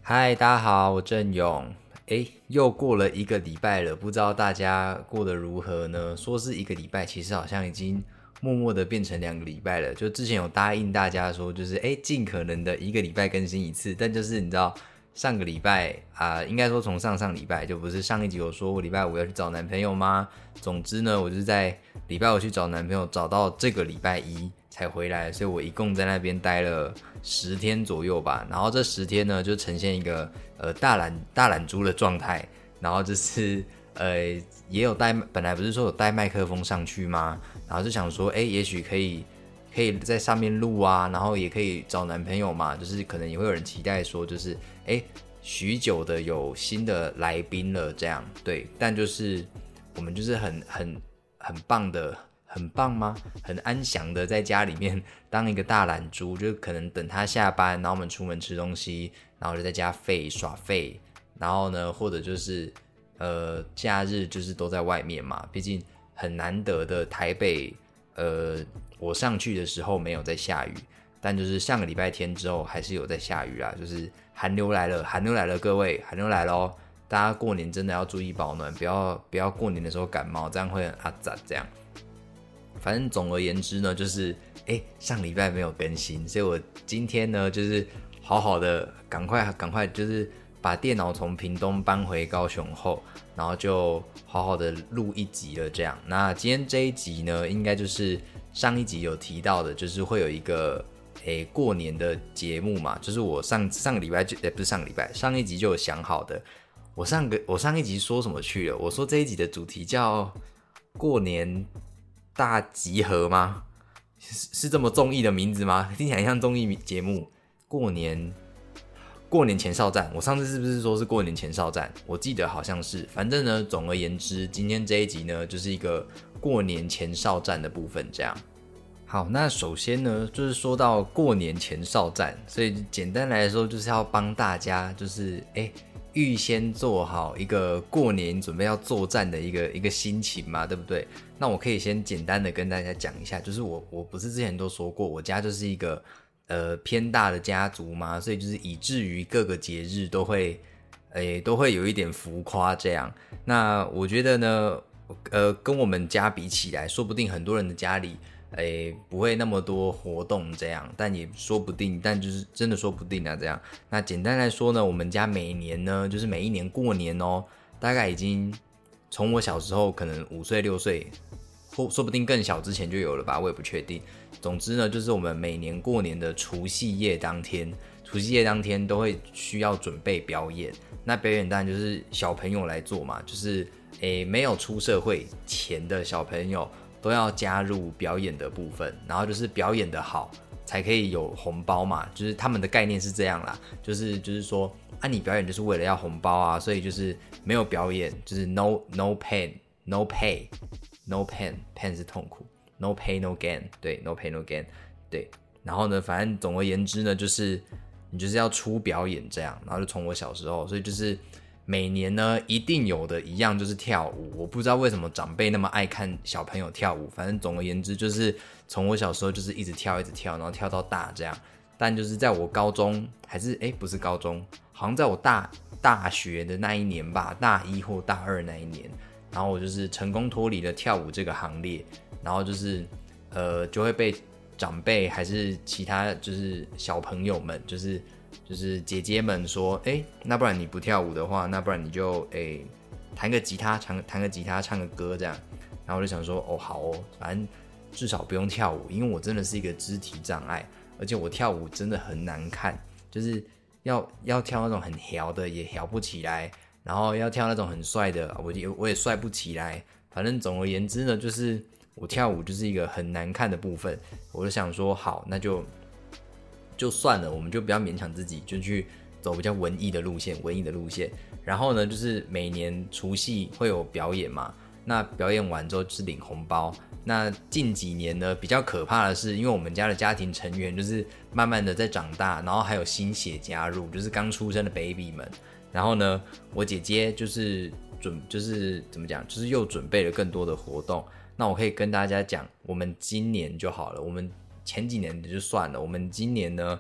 嗨，大家好，我郑勇。又过了一个礼拜了，不知道大家过得如何呢？说是一个礼拜，其实好像已经默默的变成2个礼拜了。就之前有答应大家说，就是尽可能的一个礼拜更新一次，但就是你知道，上个礼拜应该说从上礼拜，就不是上一集有说我礼拜五要去找男朋友吗？总之呢，我就是在礼拜五去找男朋友，找到这个礼拜一才回来，所以我一共在那边待了10天左右吧。然后这10天呢，就呈现一个大懒猪的状态。然后就是也有带，本来不是说有带麦克风上去吗？然后就想说，也许可以在上面录啊，然后也可以找男朋友嘛，就是可能也会有人期待说，就是许久的有新的来宾了这样，对。但就是我们就是很棒的。很棒吗？很安详的在家里面当一个大懒猪，就可能等他下班，然后我们出门吃东西，然后就在家耍废，然后呢，或者就是假日就是都在外面嘛，毕竟很难得的台北，我上去的时候没有在下雨，但就是上个礼拜天之后还是有在下雨啦，就是寒流来了，各位，寒流来咯，大家过年真的要注意保暖，不要过年的时候感冒，这样会很阿杂这样。反正总而言之呢，就是上礼拜没有更新，所以我今天呢就是好好的赶快就是把电脑从屏东搬回高雄后，然后就好好的录一集了这样。那今天这一集呢，应该就是上一集有提到的，就是会有一个过年的节目嘛，就是我上个礼拜不是上个礼拜，上一集就有想好的。我上一集说什么去了？我说这一集的主题叫过年大集合吗？是这么综艺的名字吗？听起来像综艺节目。过年前哨战，我上次是不是说是过年前哨战？我记得好像是。反正呢，总而言之，今天这一集呢，就是一个过年前哨战的部分，这样。好，那首先呢，就是说到过年前哨战，所以简单来说，就是要帮大家，就是预先做好一个过年准备要作战的一个心情嘛，对不对？那我可以先简单的跟大家讲一下，就是我不是之前都说过，我家就是一个偏大的家族嘛，所以就是以至于各个节日都会有一点浮夸这样。那我觉得呢，跟我们家比起来，说不定很多人的家里不会那么多活动这样，但也说不定，但就是真的说不定啊这样。那简单来说呢，我们家每年呢，就是每一年过年哦，大概已经从我小时候可能5岁6岁，或说不定更小之前就有了吧，我也不确定。总之呢，就是我们每年过年的除夕夜当天都会需要准备表演。那表演当然就是小朋友来做嘛，就是没有出社会前的小朋友都要加入表演的部分，然后就是表演的好才可以有红包嘛，就是他们的概念是这样啦，就是说你表演就是为了要红包啊，所以就是没有表演就是 no pain no pay no pain 是痛苦 no pay no gain， 对 no pay no gain， 对。然后呢，反正总而言之呢，就是你就是要出表演这样，然后就从我小时候，所以就是每年呢一定有的一样就是跳舞。我不知道为什么长辈那么爱看小朋友跳舞，反正总而言之就是从我小时候就是一直跳，然后跳到大这样。但就是在我高中还是不是高中，好像在我大学的那一年吧，大1或大2那一年，然后我就是成功脱离了跳舞这个行列，然后就是就会被长辈还是其他就是小朋友们，就是姐姐们说，那不然你不跳舞的话，那不然你就弹个吉他，唱个歌这样。然后我就想说，好哦，反正至少不用跳舞，因为我真的是一个肢体障碍，而且我跳舞真的很难看，就是要跳那种很摇的也摇不起来，然后要跳那种很帅的，我也帅不起来。反正总而言之呢，就是我跳舞就是一个很难看的部分。我就想说，好，那就算了，我们就不要勉强自己，就去走比较文艺的路线。然后呢，就是每年除夕会有表演嘛，那表演完之后就是领红包。那近几年呢，比较可怕的是，因为我们家的家庭成员就是慢慢的在长大，然后还有新血加入，就是刚出生的 baby 们。然后呢，我姐姐就是怎么讲，就是又准备了更多的活动。那我可以跟大家讲，我们今年就好了，我们前几年的就算了，我们今年呢，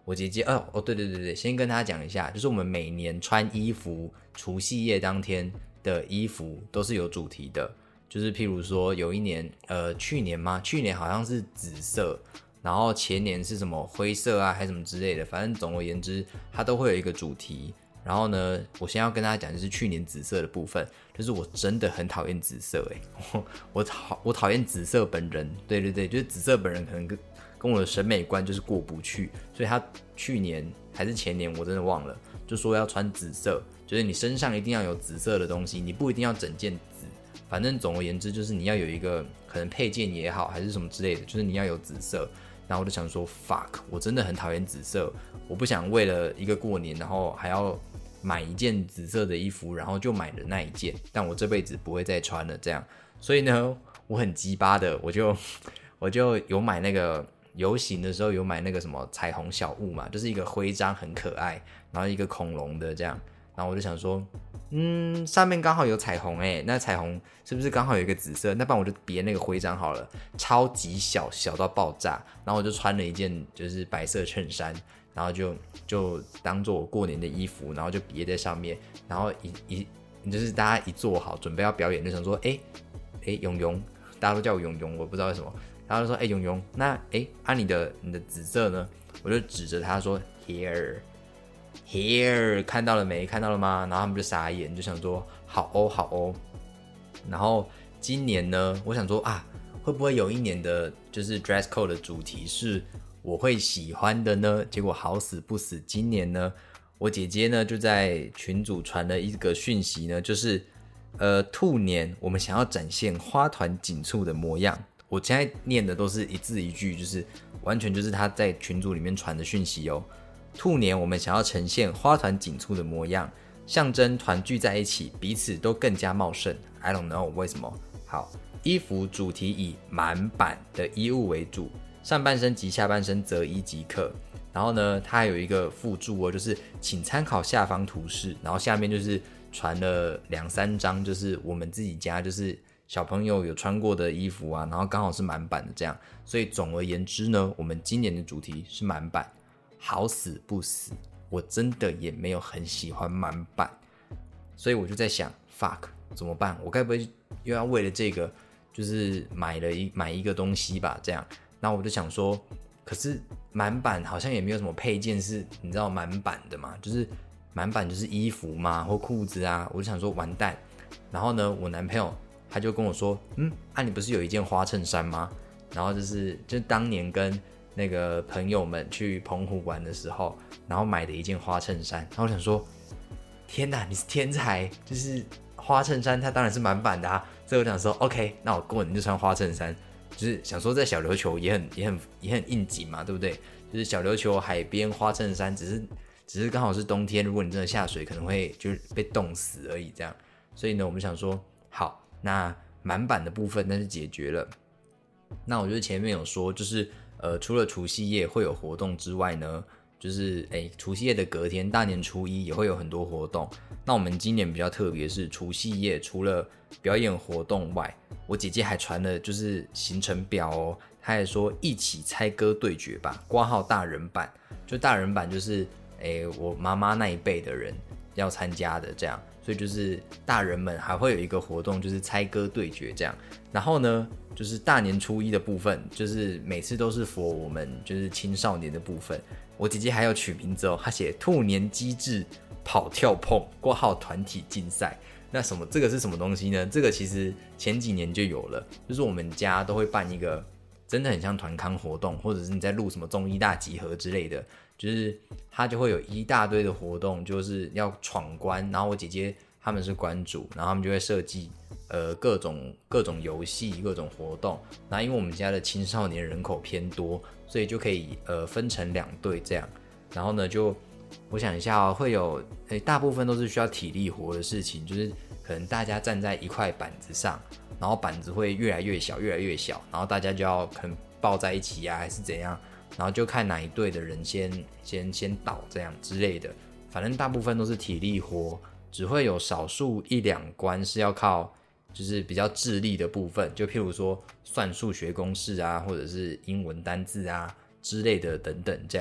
我姐姐对，先跟大家讲一下，就是我们每年穿衣服，除夕夜当天的衣服都是有主题的，就是譬如说有一年，去年好像是紫色，然后前年是什么灰色啊，还是什么之类的，反正总而言之，它都会有一个主题。然后呢，我先要跟大家讲就是去年紫色的部分，就是我真的很讨厌紫色我讨厌紫色本人，对，就是紫色本人可能跟我的审美观就是过不去，所以他去年还是前年我真的忘了，就说要穿紫色，就是你身上一定要有紫色的东西，你不一定要整件紫，反正总而言之就是你要有一个可能配件也好还是什么之类的，就是你要有紫色。然后我就想说 fuck， 我真的很讨厌紫色，我不想为了一个过年然后还要买一件紫色的衣服，然后就买了那一件，但我这辈子不会再穿了这样。所以呢，我很鸡巴的，我就有买那个游行的时候有买那个什么彩虹小物嘛，就是一个徽章很可爱，然后一个恐龙的这样。然后我就想说，上面刚好有彩虹那彩虹是不是刚好有一个紫色？那不然我就别那个徽章好了，超级小，小到爆炸。然后我就穿了一件就是白色衬衫，然后就当做我过年的衣服，然后就别在上面。然后就是大家一坐好，准备要表演，就想说，永永，大家都叫我永永，我不知道为什么。然后就说，永永，那你的紫色呢？我就指着他说 here， 看到了没？看到了吗？然后他们就傻眼，就想说好哦。然后今年呢，我想说会不会有一年的就是 dress code 的主题是我会喜欢的呢？结果好死不死，今年呢，我姐姐呢就在群组传了一个讯息呢，就是兔年我们想要展现花团锦簇的模样。我现在念的都是一字一句，就是完全就是他在群组里面传的讯息哦。兔年我们想要呈现花团锦簇的模样，象征团聚在一起，彼此都更加茂盛。I don't know 为什么。好，衣服主题以满版的衣物为主，上半身及下半身择一即可。然后呢，它还有一个附注就是请参考下方图示。然后下面就是传了2-3张，就是我们自己家就是小朋友有穿过的衣服啊，然后刚好是满版的这样。所以总而言之呢，我们今年的主题是满版。好死不死，我真的也没有很喜欢满版，所以我就在想 fuck 怎么办？我该不会又要为了这个就是买一个东西吧？这样，然后我就想说，可是满版好像也没有什么配件是你知道满版的嘛？就是满版就是衣服嘛或裤子啊，我就想说完蛋。然后呢，我男朋友他就跟我说，你不是有一件花衬衫吗？然后就是当年跟那个朋友们去澎湖玩的时候，然后买的一件花衬衫，然后我想说，天哪，你是天才！就是花衬衫它当然是满版的啊，所以我想说 OK， 那我过年就穿花衬衫，就是想说在小琉球也很应景嘛，对不对？就是小琉球海边花衬衫，只是刚好是冬天，如果你真的下水，可能会就是被冻死而已这样。所以呢，我们想说，好，那满版的部分那就解决了。那我觉得前面有说，就是除了除夕夜会有活动之外呢，就是除夕夜的隔天大年初一也会有很多活动。那我们今年比较特别是除夕夜除了表演活动外，我姐姐还传了就是行程表哦，她还说一起猜歌对决吧，括号大人版，就大人版就是我妈妈那一辈的人要参加的这样。所以就是大人们还会有一个活动，就是猜歌对决这样。然后呢，就是大年初一的部分，就是每次都是 for 我们就是青少年的部分。我姐姐还有取名字哦，她写兔年机智跑跳碰（括号团体竞赛）。那这个是什么东西呢？这个其实前几年就有了，就是我们家都会办一个真的很像团康活动，或者是你在录什么综艺大集合之类的。就是他就会有一大堆的活动，就是要闯关，然后我姐姐他们是关主，然后他们就会设计各种游戏、各种活动。那因为我们家的青少年人口偏多，所以就可以分成2队这样。然后呢，就我想一下会有大部分都是需要体力活的事情，就是可能大家站在一块板子上，然后板子会越来越小，越来越小，然后大家就要可能抱在一起啊，还是怎样。然后就看哪一队的人先倒这样之类的，反正大部分都是体力活，只会有少数1-2关是要靠就是比较智力的部分，就譬如说算数学公式啊，或者是英文单字啊之类的等等这样。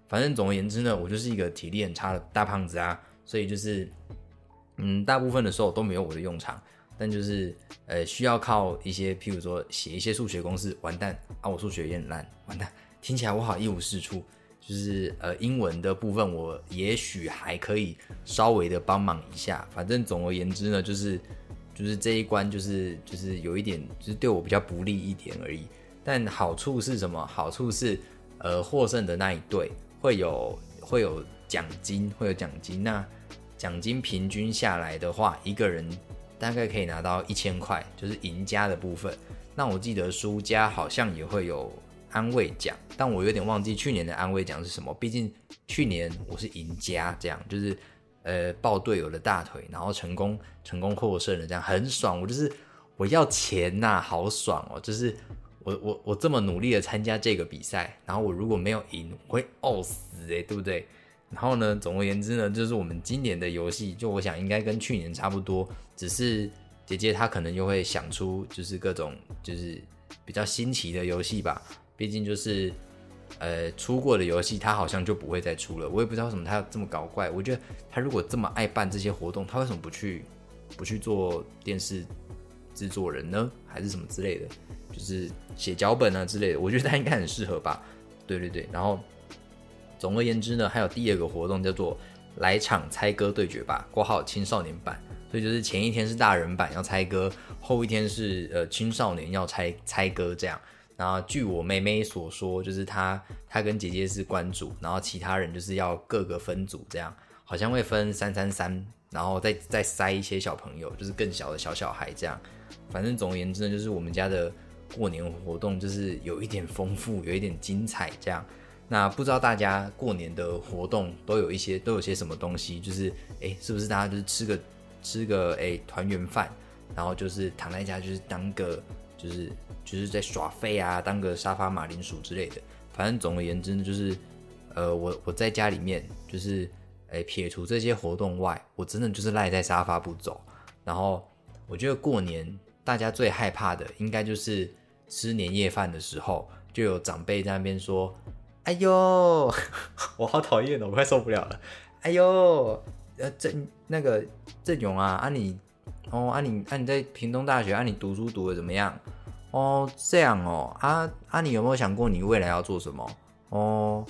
反正总而言之呢，我就是一个体力很差的大胖子啊，所以就是大部分的时候都没有我的用场，但就是需要靠一些譬如说写一些数学公式，完蛋啊，我数学也很烂，完蛋，听起来我好一无是处。就是英文的部分我也许还可以稍微的帮忙一下，反正总而言之呢，就是这一关就是有一点就是对我比较不利一点而已。但好处是什么？好处是获胜的那一队会有奖金，那奖金平均下来的话，一个人大概可以拿到1000块，就是赢家的部分。那我记得输家好像也会有安慰奖，但我有点忘记去年的安慰奖是什么。毕竟去年我是赢家，这样就是抱队友的大腿，然后成功获胜了，这样很爽。我要钱呐，好爽哦！就是我这么努力的参加这个比赛，然后我如果没有赢，我会呕死对不对？然后呢，总而言之呢，就是我们今年的游戏，就我想应该跟去年差不多，只是姐姐她可能又会想出就是各种就是比较新奇的游戏吧。毕竟就是出过的游戏他好像就不会再出了，我也不知道为什么他要这么搞怪。我觉得他如果这么爱办这些活动，他为什么不去做电视制作人呢？还是什么之类的，就是写脚本啊之类的，我觉得他应该很适合吧。对，然后总而言之呢，还有第二个活动叫做来场猜歌对决吧，括号青少年版。所以就是前一天是大人版要猜歌，后一天是青少年要猜歌这样。然后据我妹妹所说，就是她跟姐姐是关主，然后其他人就是要各个分组这样，好像会分333，然后再塞一些小朋友，就是更小的小孩这样。反正总而言之呢，就是我们家的过年活动就是有一点丰富，有一点精彩这样。那不知道大家过年的活动都有些什么东西？就是是不是大家就是吃个团圆饭，然后就是躺在家就是当个就是在耍废啊，当个沙发马铃薯之类的。反正总而言之呢，就是我在家里面就是撇除这些活动外，我真的就是赖在沙发不走。然后我觉得过年大家最害怕的应该就是吃年夜饭的时候，就有长辈在那边说：“哎呦，我好讨厌哦，我快受不了了。哎呦，郑勇啊，你在屏东大学你读书读得怎么样？哦，这样哦，你有没有想过你未来要做什么？哦，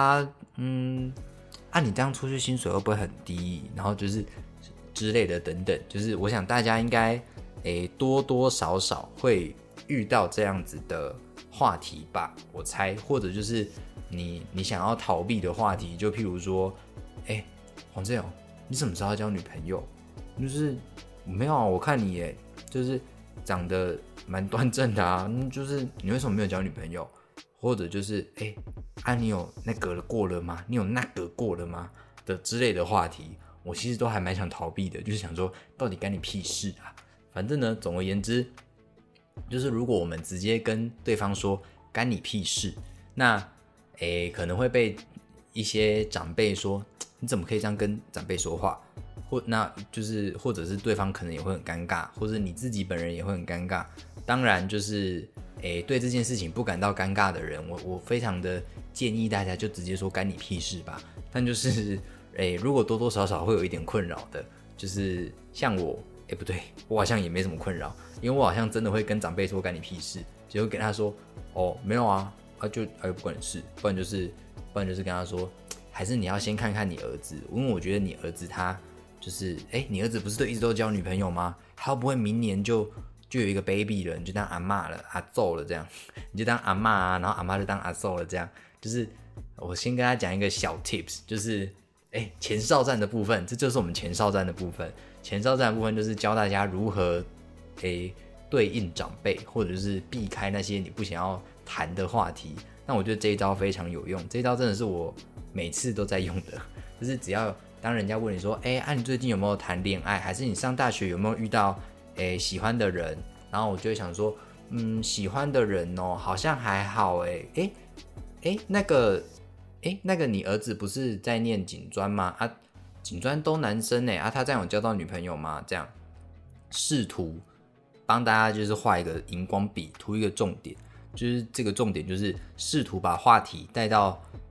你这样出去薪水会不会很低？然后就是之类的等等，就是我想大家应该多多少少会遇到这样子的话题吧，我猜，或者就是你想要逃避的话题，就譬如说，黄正勇，你什么时候要交女朋友？就是没有啊，我看你就是长得蛮端正的啊，就是你为什么没有交女朋友？或者就是你有那个过了吗？你有那个过了吗？的之类的话题，我其实都还蛮想逃避的，就是想说到底干你屁事啊？反正呢，总而言之，就是如果我们直接跟对方说干你屁事，那可能会被一些长辈说你怎么可以这样跟长辈说话？那就是或者是对方可能也会很尴尬，或者你自己本人也会很尴尬。当然就是对这件事情不感到尴尬的人，我非常的建议大家就直接说干你屁事吧。但就是如果多多少少会有一点困扰的，就是像我不对，我好像也没什么困扰，因为我好像真的会跟长辈说干你屁事，就会跟他说没有啊，就不关你事，不然就是跟他说，还是你要先看看你儿子，因为我觉得你儿子他就是你儿子不是一直都交女朋友吗？他会不会明年就有一个 baby 了，你就当阿嬷了，阿祖了这样，你就当阿嬷啊，然后阿嬷就当阿祖了这样。就是我先跟他讲一个小 tips， 就是前哨战的部分，这就是我们前哨战的部分。前哨战的部分就是教大家如何对应长辈，或者是避开那些你不想要谈的话题。那我觉得这一招非常有用，这一招真的是我每次都在用的，就是只要当人家问你说你最近有没有谈恋爱，还是你上大学有没有遇到喜欢的人，然后我就会想说喜欢的人好像还好那个你儿子不是在念警专吗？警专都男生他这样有交到女朋友吗？这样试图帮大家就是画一个荧光笔，涂一个重点，就是这个重点就是试图把话题带到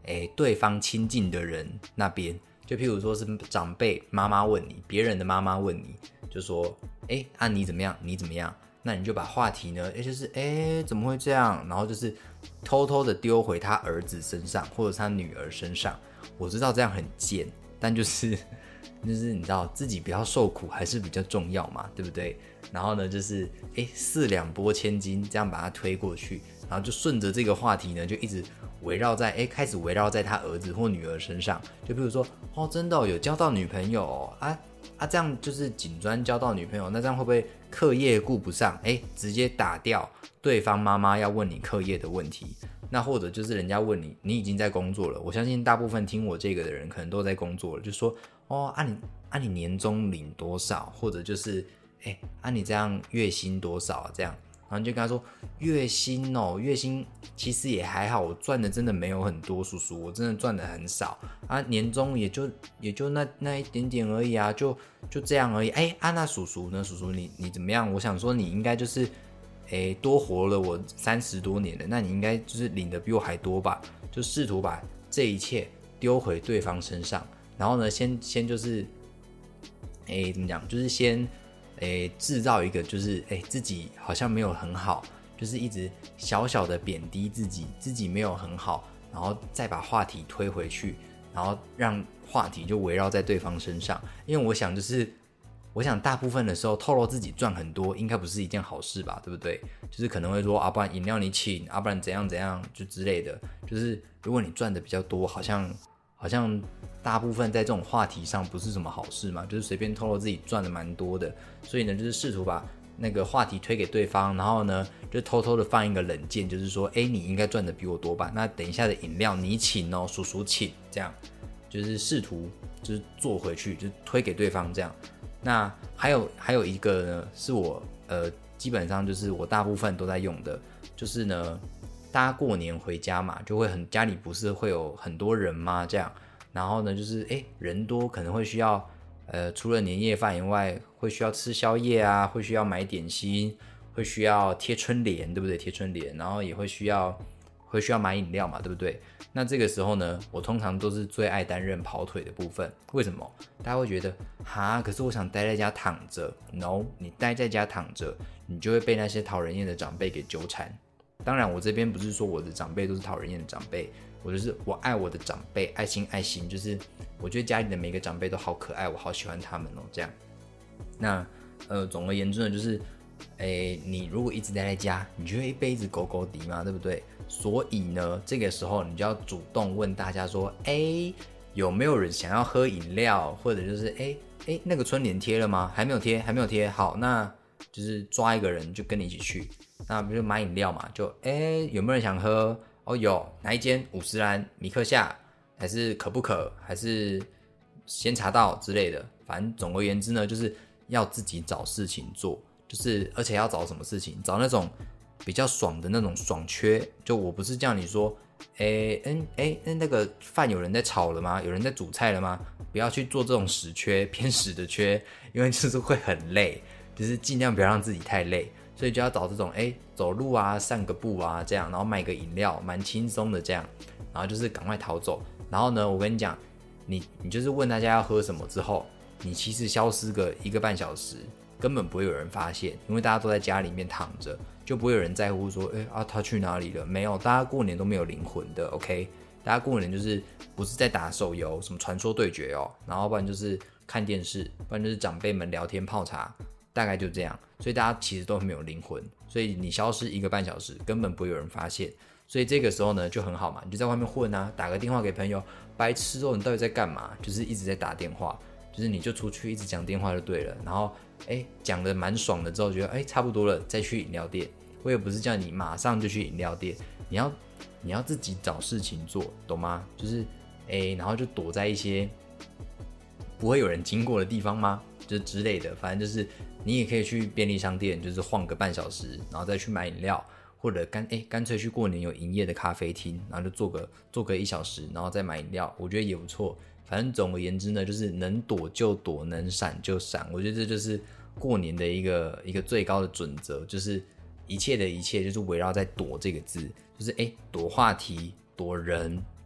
对方亲近的人那边，就譬如说是长辈妈妈问你，别人的妈妈问你，就说你怎么样？你怎么样？那你就把话题呢，就是怎么会这样？然后就是偷偷的丢回他儿子身上，或者他女儿身上。我知道这样很贱，但就是你知道自己不要受苦还是比较重要嘛，对不对？然后呢，就是四两拨千斤这样把它推过去，然后就顺着这个话题呢，就一直开始围绕在他儿子或女儿身上。就比如说真的有交到女朋友这样就是锦专交到女朋友，那这样会不会课业顾不上？直接打掉对方妈妈要问你课业的问题。那或者就是人家问你，你已经在工作了，我相信大部分听我这个的人可能都在工作了，就说你年终领多少，或者就是你这样月薪多少这样，然后你就跟他说月薪其实也还好，我赚的真的没有很多，叔叔我真的赚的很少年终也就那一点点而已就这样而已。那叔叔呢？叔叔你怎么样？我想说你应该就是多活了我30多年了，那你应该就是领的比我还多吧？就试图把这一切丢回对方身上，然后呢，先就是怎么讲？就是先制造一个就是自己好像没有很好，就是一直小小的贬低自己没有很好，然后再把话题推回去，然后让话题就围绕在对方身上。因为我想大部分的时候透露自己赚很多应该不是一件好事吧，对不对？就是可能会说不然饮料你请不然怎样怎样就之类的。就是如果你赚的比较多，好像大部分在这种话题上不是什么好事嘛，就是随便透露自己赚的蛮多的。所以呢，就是试图把那个话题推给对方，然后呢就偷偷的放一个冷箭，就是说你应该赚的比我多吧，那等一下的饮料你请叔叔请，这样就是试图就是做回去，就是推给对方这样。那还有一个呢，是我基本上就是我大部分都在用的，就是呢，大家过年回家嘛，就会家里不是会有很多人吗？这样，然后呢，就是人多可能会需要除了年夜饭以外，会需要吃宵夜会需要买点心，会需要贴春联，对不对？贴春联，然后也会需要买饮料嘛，对不对？那这个时候呢，我通常都是最爱担任跑腿的部分。为什么？大家会觉得可是我想待在家躺着。No， 你待在家躺着，你就会被那些讨人厌的长辈给纠缠。当然，我这边不是说我的长辈都是讨人厌的长辈，我爱我的长辈，爱心，就是我觉得家里的每个长辈都好可爱，我好喜欢他们这样。那总而言之呢，就是你如果一直待在家，你就会一辈子狗狗敌嘛，对不对？所以呢，这个时候你就要主动问大家说，有没有人想要喝饮料，或者就是那个春联贴了吗？还没有贴，好，那就是抓一个人就跟你一起去。那比如买饮料嘛，就有没有人想喝？有，哪一间？50兰、米克夏，还是可不可，还是先茶道之类的。反正总而言之呢，就是要自己找事情做，就是而且要找什么事情？找那种比较爽的那种爽缺。就我不是叫你说，那个饭有人在炒了吗？有人在煮菜了吗？不要去做这种死缺，偏死的缺，因为就是会很累，就是尽量不要让自己太累。所以就要找这种走路散个步这样，然后买个饮料，蛮轻松的这样，然后就是赶快逃走。然后呢，我跟你讲，你就是问大家要喝什么之后，你其实消失个1个半小时，根本不会有人发现，因为大家都在家里面躺着，就不会有人在乎说他去哪里了。没有，大家过年都没有灵魂的 OK， 大家过年就是不是在打手游什么传说对决然后不然就是看电视，不然就是长辈们聊天泡茶，大概就这样。所以大家其实都没有灵魂，所以你消失1个半小时根本不会有人发现。所以这个时候呢就很好嘛，你就在外面混打个电话给朋友，白痴你到底在干嘛？就是一直在打电话，就是你就出去一直讲电话就对了。然后讲得蛮爽的之后，觉得差不多了，再去饮料店。我也不是叫你马上就去饮料店，你要自己找事情做，懂吗？就是然后就躲在一些不会有人经过的地方吗？就是之类的，反正就是你也可以去便利商店，就是晃个半小时，然后再去买饮料，或者干脆去过年有营业的咖啡厅，然后就做个1小时，然后再买饮料，我觉得也不错。反正总而言之呢，就是能躲就躲，能闪就闪。我觉得这就是过年的一个最高的准则，就是一切的一切就是围绕在躲这个字，就是躲话题、躲人，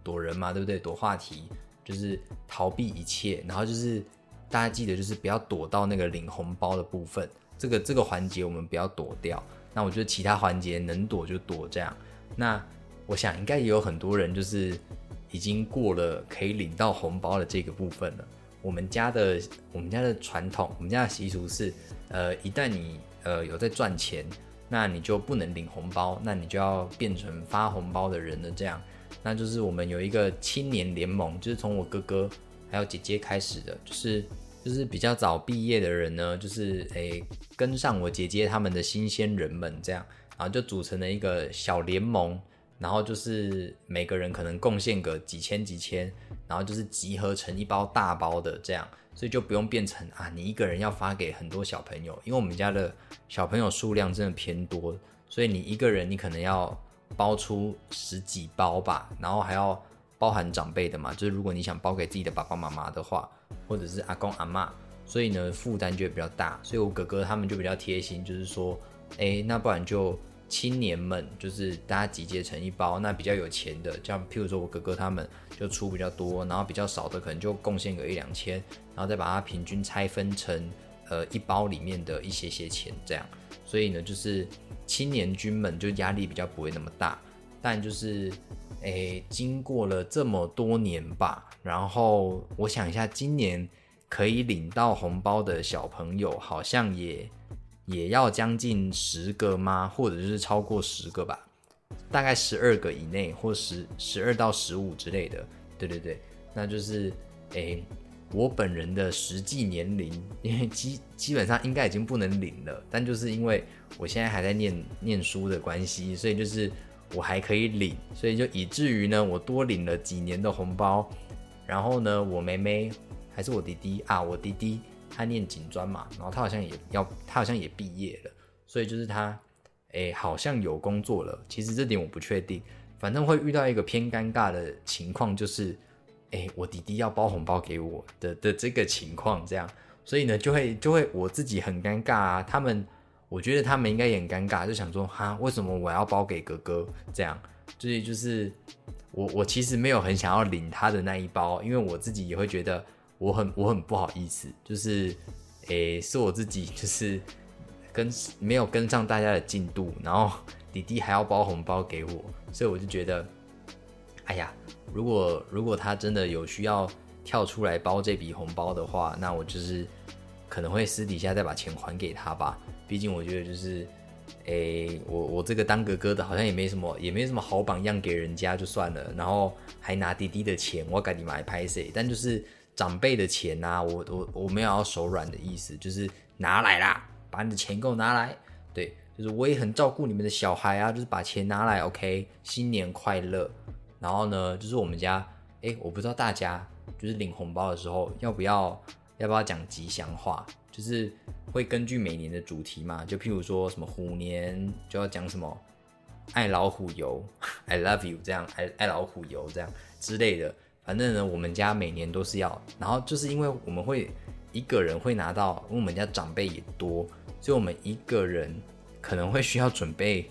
躲人嘛，对不对？躲话题就是逃避一切，然后就是大家记得就是不要躲到那个领红包的部分，这个环节我们不要躲掉。那我觉得其他环节能躲就躲这样。那我想应该也有很多人就是已经过了可以领到红包的这个部分了。我们家的传统，我们家的习俗是，一旦你有在赚钱，那你就不能领红包，那你就要变成发红包的人了。这样，那就是我们有一个青年联盟，就是从我哥哥还有姐姐开始的，就是比较早毕业的人呢，就是跟上我姐姐他们的新鲜人们这样，然后就组成了一个小联盟。然后就是每个人可能贡献个几千，然后就是集合成一包大包的这样，所以就不用变成你一个人要发给很多小朋友，因为我们家的小朋友数量真的偏多，所以你一个人你可能要包出10几包吧，然后还要包含长辈的嘛，就是如果你想包给自己的爸爸妈妈的话，或者是阿公阿嬷，所以呢负担就会比较大，所以我哥哥他们就比较贴心，就是说那不然就青年们就是大家集结成一包，那比较有钱的，像譬如说我哥哥他们就出比较多，然后比较少的可能就贡献个1-2千，然后再把它平均拆分成一包里面的一些钱这样。所以呢，就是青年军们就压力比较不会那么大，但就是经过了这么多年吧，然后我想一下，今年可以领到红包的小朋友好像也要将近10个吗？或者是超过10个吧，大概12个以内，或12到15之类的。对对对，那就是我本人的实际年龄，因为基本上应该已经不能领了，但就是因为我现在还在念书的关系，所以就是我还可以领，所以就以至于呢，我多领了几年的红包。然后呢，我妹妹还是我弟弟我弟弟。他念警专嘛，然后他好像也毕业了，所以就是他好像有工作了，其实这点我不确定，反正会遇到一个偏尴尬的情况，就是我弟弟要包红包给我的这个情况这样，所以呢就会我自己很尴尬我觉得他们应该也很尴尬，就想说为什么我要包给哥哥这样，所以就是我其实没有很想要领他的那一包，因为我自己也会觉得我很不好意思，就是是我自己就是没有跟上大家的进度，然后弟弟还要包红包给我，所以我就觉得如果他真的有需要跳出来包这笔红包的话，那我就是可能会私底下再把钱还给他吧，毕竟我觉得就是我这个当哥哥的好像也没什么好榜样给人家就算了，然后还拿弟弟的钱，我赶紧买拍谁，但就是长辈的钱我没有要手软的意思，就是拿来啦，把你的钱给我拿来。对，就是我也很照顾你们的小孩就是把钱拿来 OK， 新年快乐。然后呢，就是我们家我不知道大家就是领红包的时候要不要讲吉祥话，就是会根据每年的主题嘛，就譬如说什么虎年就要讲什么爱老虎油I love you 这样，爱老虎油这样之类的。反正呢，我们家每年都是要，然后就是因为我们会一个人会拿到，因为我们家长辈也多，所以我们一个人可能会需要准备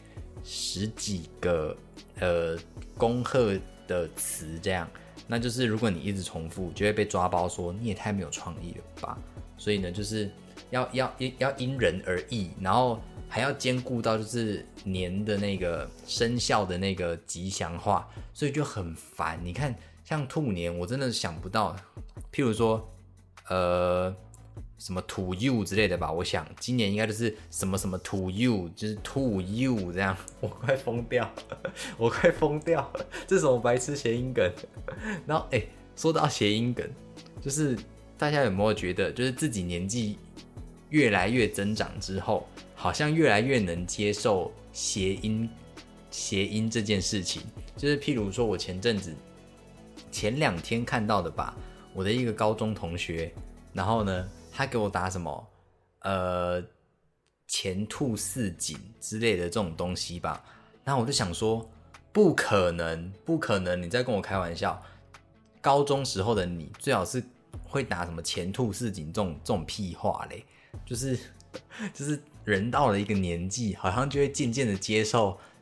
10几个恭贺的词这样，那就是如果你一直重复，就会被抓包说你也太没有创意了吧。所以呢，就是要因人而异，然后还要兼顾到就是年的那个生肖的那个吉祥话，所以就很烦。你看。像兔年我真的想不到，譬如说什么土 you 之类的吧，我想今年应该就是什么什么土 you， 就是兔 you 这样，我快疯掉这是什么白痴谐音梗。然后说到谐音梗，就是大家有没有觉得就是自己年纪越来越增长之后，好像越来越能接受谐音这件事情，就是譬如说我前2天看到的吧，我的一个高中同学，然后呢，他给我打什么前兔似锦之类的这种东西吧，然后我就想说，不可能，你在跟我开玩笑，高中时候的你最好是会打什么前兔似锦这种屁话嘞，就是人到了一个年纪，好像就会渐渐的接受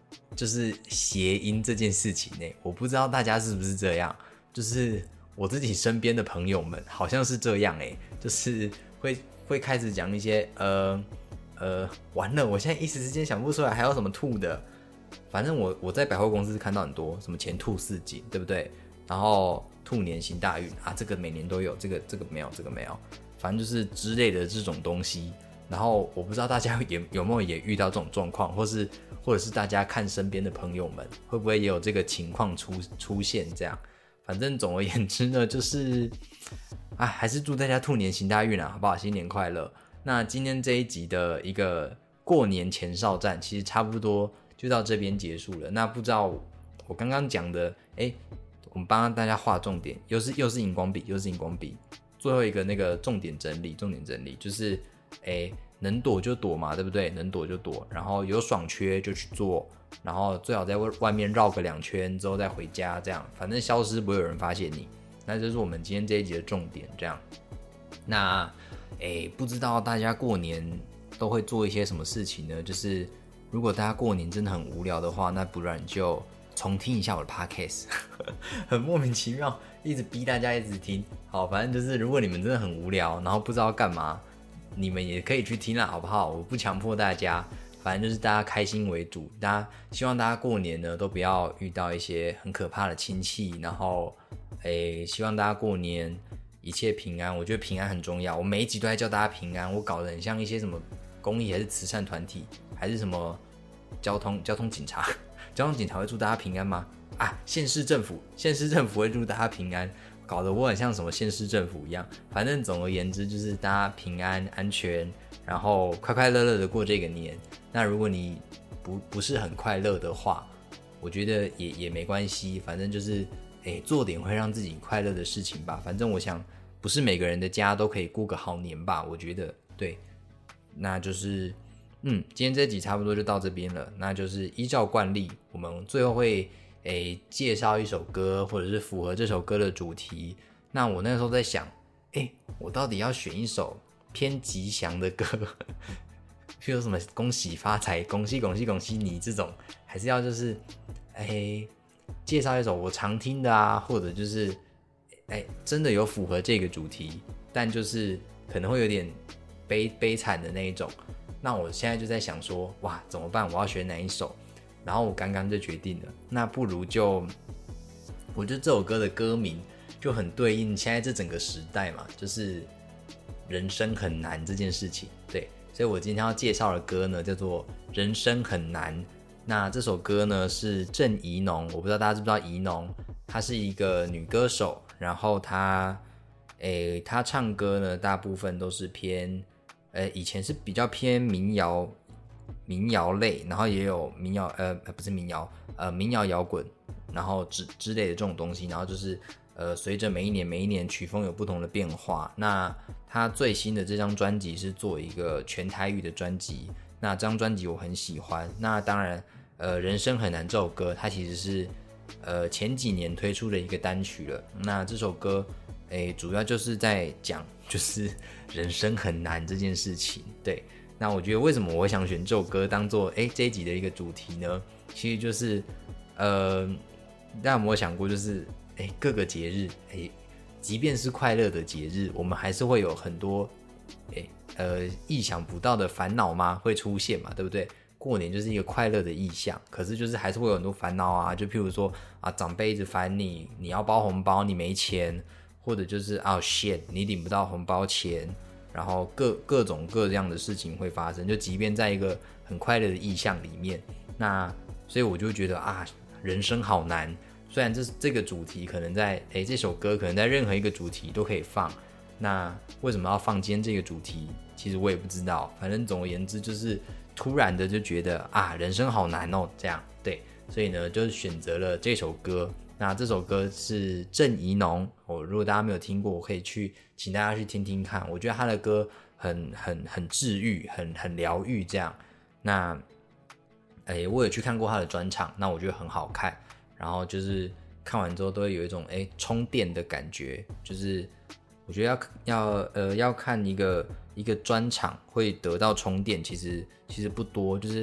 就是谐音这件事情呢，我不知道大家是不是这样，就是我自己身边的朋友们好像是这样就是会开始讲一些完了，我现在一时之间想不出来还有什么兔的，反正我在百货公司看到很多什么前兔似锦，对不对？然后兔年行大运啊，这个每年都有，这个没有，这个没有，反正就是之类的这种东西。然后我不知道大家有没有也遇到这种状况，或者是大家看身边的朋友们会不会也有这个情况出现这样。反正总而言之呢，就是还是祝大家兔年行大运好不好？新年快乐。那今天这一集的一个过年前哨战，其实差不多就到这边结束了。那不知道我刚刚讲的，我们帮大家画重点，又是荧光笔，最后一个那个重点整理就是能躲就躲嘛，对不对？能躲就躲，然后有爽缺就去做，然后最好在外面绕个2圈之后再回家，这样反正消失不会有人发现你。那这是我们今天这一集的重点，这样。那不知道大家过年都会做一些什么事情呢？就是如果大家过年真的很无聊的话，那不然就重听一下我的 podcast 很莫名其妙，一直逼大家一直听。好，反正就是如果你们真的很无聊，然后不知道干嘛，你们也可以去听啦，好不好？我不强迫大家，反正就是大家开心为主。希望大家过年呢都不要遇到一些很可怕的亲戚，然后希望大家过年一切平安。我觉得平安很重要，我每一集都在叫大家平安，我搞得很像一些什么公益还是慈善团体，还是什么交通警察。交通警察会祝大家平安吗？县市政府会祝大家平安，搞得我很像什么县市政府一样。反正总而言之，就是大家平安安全，然后快快乐乐的过这个年。那如果你不是很快乐的话，我觉得也没关系，反正就是做点会让自己快乐的事情吧。反正我想，不是每个人的家都可以过个好年吧，我觉得对。那就是今天这集差不多就到这边了。那就是依照惯例，我们最后会介绍一首歌，或者是符合这首歌的主题。那我那个时候在想，我到底要选一首偏吉祥的歌，譬如什么恭喜发财、恭喜恭喜恭喜你这种，还是要就是介绍一首我常听的或者就是真的有符合这个主题，但就是可能会有点悲惨的那一种。那我现在就在想说，哇，怎么办？我要选哪一首？然后我刚刚就决定了，那不如我觉得这首歌的歌名就很对应现在这整个时代嘛，就是人生很难这件事情。对，所以我今天要介绍的歌呢，叫做《人生很难》。那这首歌呢是郑宜农，我不知道大家知不知道宜农，她是一个女歌手，然后她唱歌呢大部分都是偏以前是比较偏民谣类，然后也有民谣不是民谣民谣摇滚，然后之类的这种东西，然后就是随着每一年曲风有不同的变化。那他最新的这张专辑是做一个全台语的专辑，那这张专辑我很喜欢。那当然人生很难这首歌它其实是前几年推出的一个单曲了。那这首歌主要就是在讲就是人生很难这件事情。对，那我觉得为什么我会想选这首歌当做这一集的一个主题呢？其实就是大家有没有想过，就是各个节日即便是快乐的节日，我们还是会有很多意想不到的烦恼吗？会出现嘛，对不对？过年就是一个快乐的意象，可是就是还是会有很多烦恼就譬如说长辈一直烦你，你要包红包你没钱，或者就是shit 你领不到红包钱，然后各种各样的事情会发生，就即便在一个很快乐的意象里面，那所以我就觉得人生好难。虽然这个主题可能在这首歌可能在任何一个主题都可以放，那为什么要放今天这个主题？其实我也不知道，反正总而言之就是突然的就觉得人生好难这样。对，所以呢就是选择了这首歌。那这首歌是郑宜农如果大家没有听过，我可以请大家去听听看。我觉得他的歌很治愈，很疗愈这样。那我也去看过他的专场，那我觉得很好看。然后就是看完之后都会有一种充电的感觉，就是我觉得要看一个专场会得到充电，其实不多，就是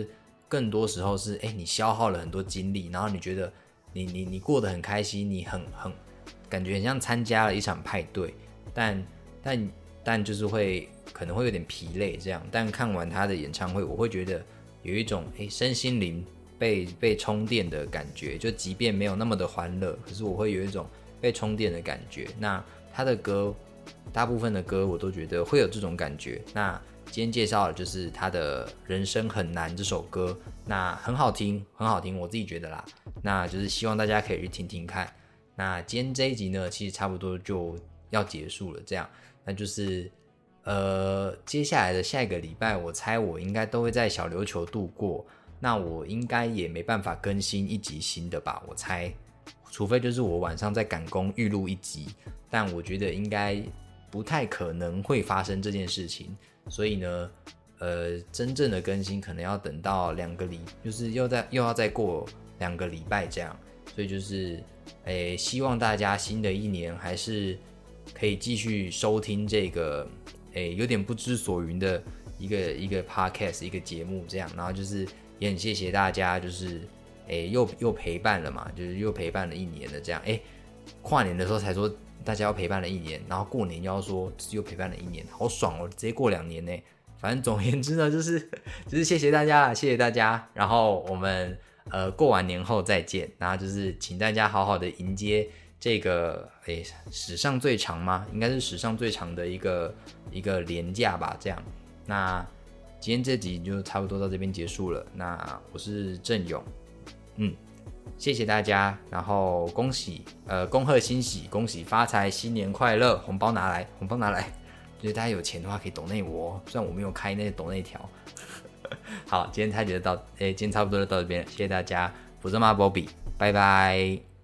更多时候是你消耗了很多精力，然后你觉得你过得很开心，你很感觉很像参加了一场派对，但就是可能会有点疲累这样。但看完他的演唱会，我会觉得有一种身心灵被充电的感觉，就即便没有那么的欢乐，可是我会有一种被充电的感觉。那他的歌，大部分的歌我都觉得会有这种感觉。那今天介绍的就是他的人生很难这首歌，那很好听，我自己觉得啦。那就是希望大家可以去听听看。那今天这一集呢，其实差不多就要结束了，这样，那就是接下来的下一个礼拜，我猜我应该都会在小琉球度过。那我应该也没办法更新一集新的吧，我猜，除非就是我晚上在赶工预录一集，但我觉得应该不太可能会发生这件事情。所以呢，真正的更新可能要等到就是又要再过2个礼拜这样。所以就是，希望大家新的一年还是可以继续收听这个，有点不知所云的一个 podcast 一个节目这样。然后就是也很谢谢大家，就是又陪伴了嘛，就是又陪伴了1年了这样。跨年的时候才说大家要陪伴了1年，然后过年又说又陪伴了1年，好爽哦，直接过2年呢。反正总而言之呢，就是谢谢大家，谢谢大家。然后我们过完年后再见，然后就是请大家好好的迎接这个史上最长吗？应该是史上最长的一个连假吧，这样。那今天这集就差不多到这边结束了。那我是郑勇，谢谢大家，然后恭贺新喜，恭喜发财，新年快乐，红包拿来，红包拿来。就是大家有钱的话可以抖内我，虽然我没有开那个抖内条。好，今天差不多就到这边了，谢谢大家，我是马波比，拜拜。